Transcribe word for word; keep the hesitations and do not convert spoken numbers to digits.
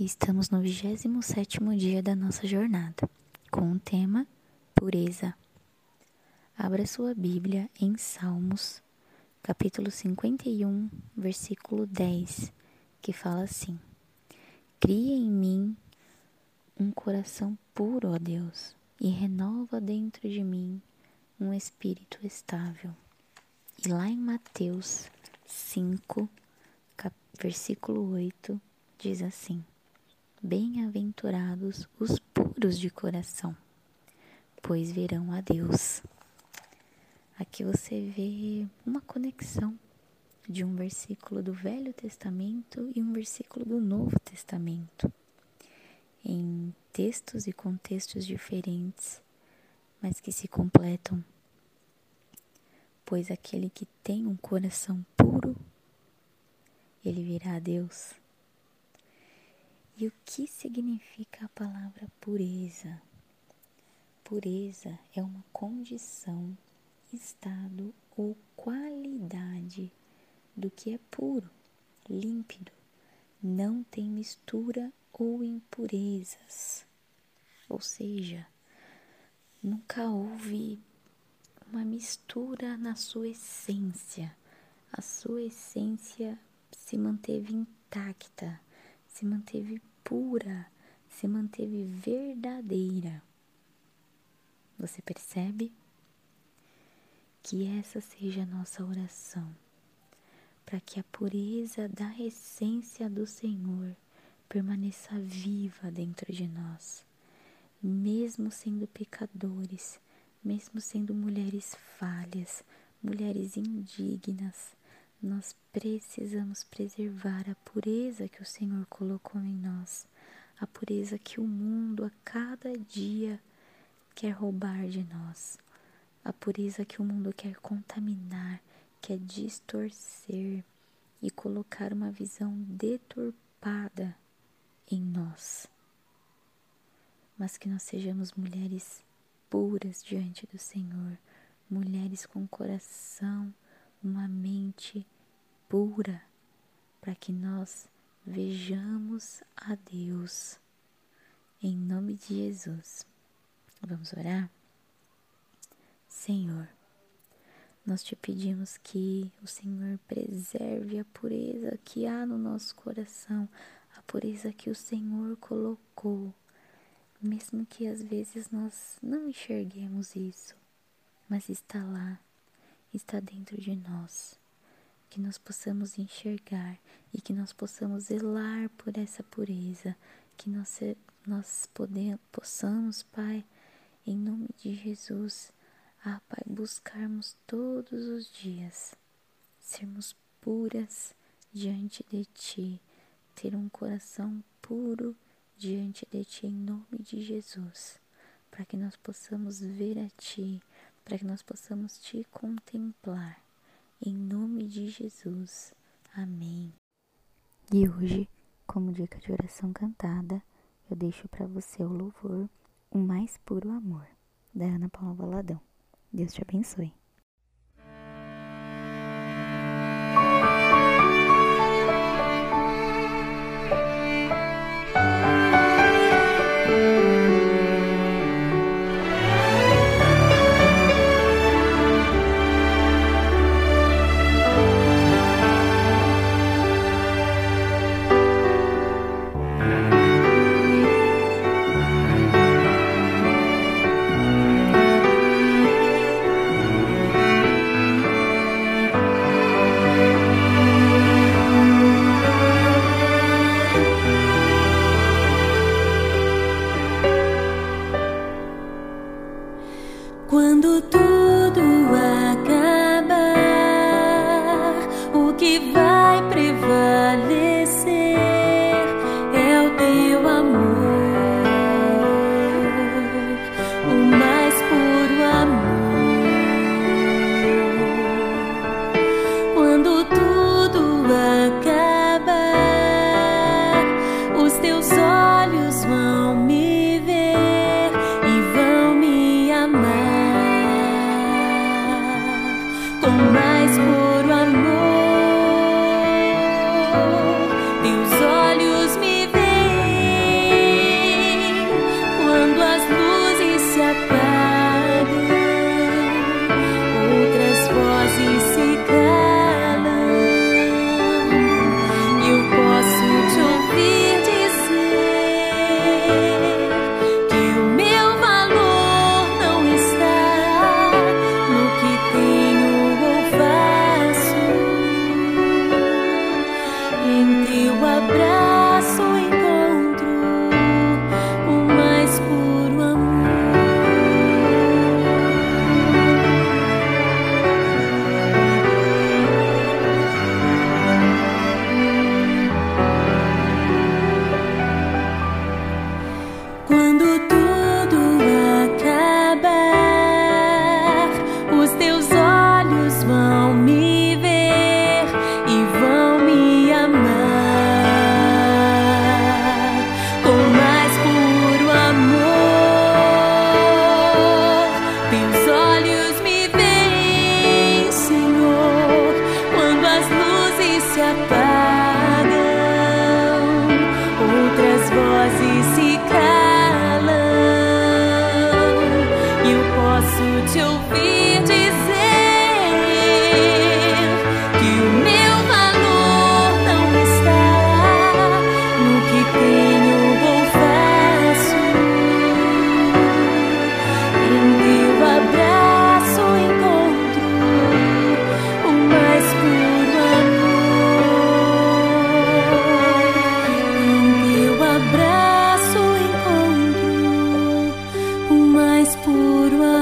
e estamos no vigésimo sétimo dia da nossa jornada, com o tema Pureza. Abra sua Bíblia em Salmos, capítulo cinquenta e um, versículo dez, que fala assim: Cria em mim um coração puro, ó Deus, e renova dentro de mim um espírito estável. E lá em Mateus cinco, versículo oito, diz assim: Bem-aventurados os puros de coração, pois verão a Deus. Aqui você vê uma conexão de um versículo do Velho Testamento e um versículo do Novo Testamento, em textos e contextos diferentes, mas que se completam. Pois aquele que tem um coração puro, ele virá a Deus. E o que significa a palavra pureza? Pureza é uma condição, estado ou qualidade do que é puro, límpido, não tem mistura ou impurezas. Ou seja, nunca houve uma mistura na sua essência. A sua essência se manteve intacta, se manteve pura, se manteve verdadeira. Você percebe? Que essa seja a nossa oração, para que a pureza da essência do Senhor permaneça viva dentro de nós, mesmo sendo pecadores, mesmo sendo mulheres falhas, mulheres indignas. Nós precisamos preservar a pureza que o Senhor colocou em nós, a pureza que o mundo a cada dia quer roubar de nós, a pureza que o mundo quer contaminar, quer distorcer e colocar uma visão deturpada em nós. Mas que nós sejamos mulheres puras diante do Senhor, mulheres com coração, uma mente pura, para que nós vejamos a Deus, em nome de Jesus. Vamos orar? Senhor, nós te pedimos que o Senhor preserve a pureza que há no nosso coração, a pureza que o Senhor colocou, mesmo que às vezes nós não enxerguemos isso, mas está lá, está dentro de nós, que nós possamos enxergar e que nós possamos zelar por essa pureza, que nós, nós podemos, possamos, Pai, em nome de Jesus, ah, Pai, buscarmos todos os dias, sermos puras diante de Ti, ter um coração puro diante de Ti, em nome de Jesus, para que nós possamos ver a Ti, para que nós possamos Te contemplar, em nome de Jesus. Amém. E hoje, como dica de oração cantada, eu deixo para você o louvor O Mais Puro Amor, da Ana Paula Valadão. Deus te abençoe. se apagam, outras vozes se calam, e eu posso te ouvir dizer que o meu valor não está no que tenho ou faço. Em teu abraço encontro o mais puro amor. Quando tudo acabar, os teus olhos vão me ver e vão me amar com mais puro amor. Teus olhos me veem, Senhor, quando as luzes se apagam, outras vozes se calam, e eu posso te ouvir dizer que o meu valor não está no que tenho ou faço. Em teu abraço encontro o mais puro amor. Em teu abraço encontro o mais puro amor.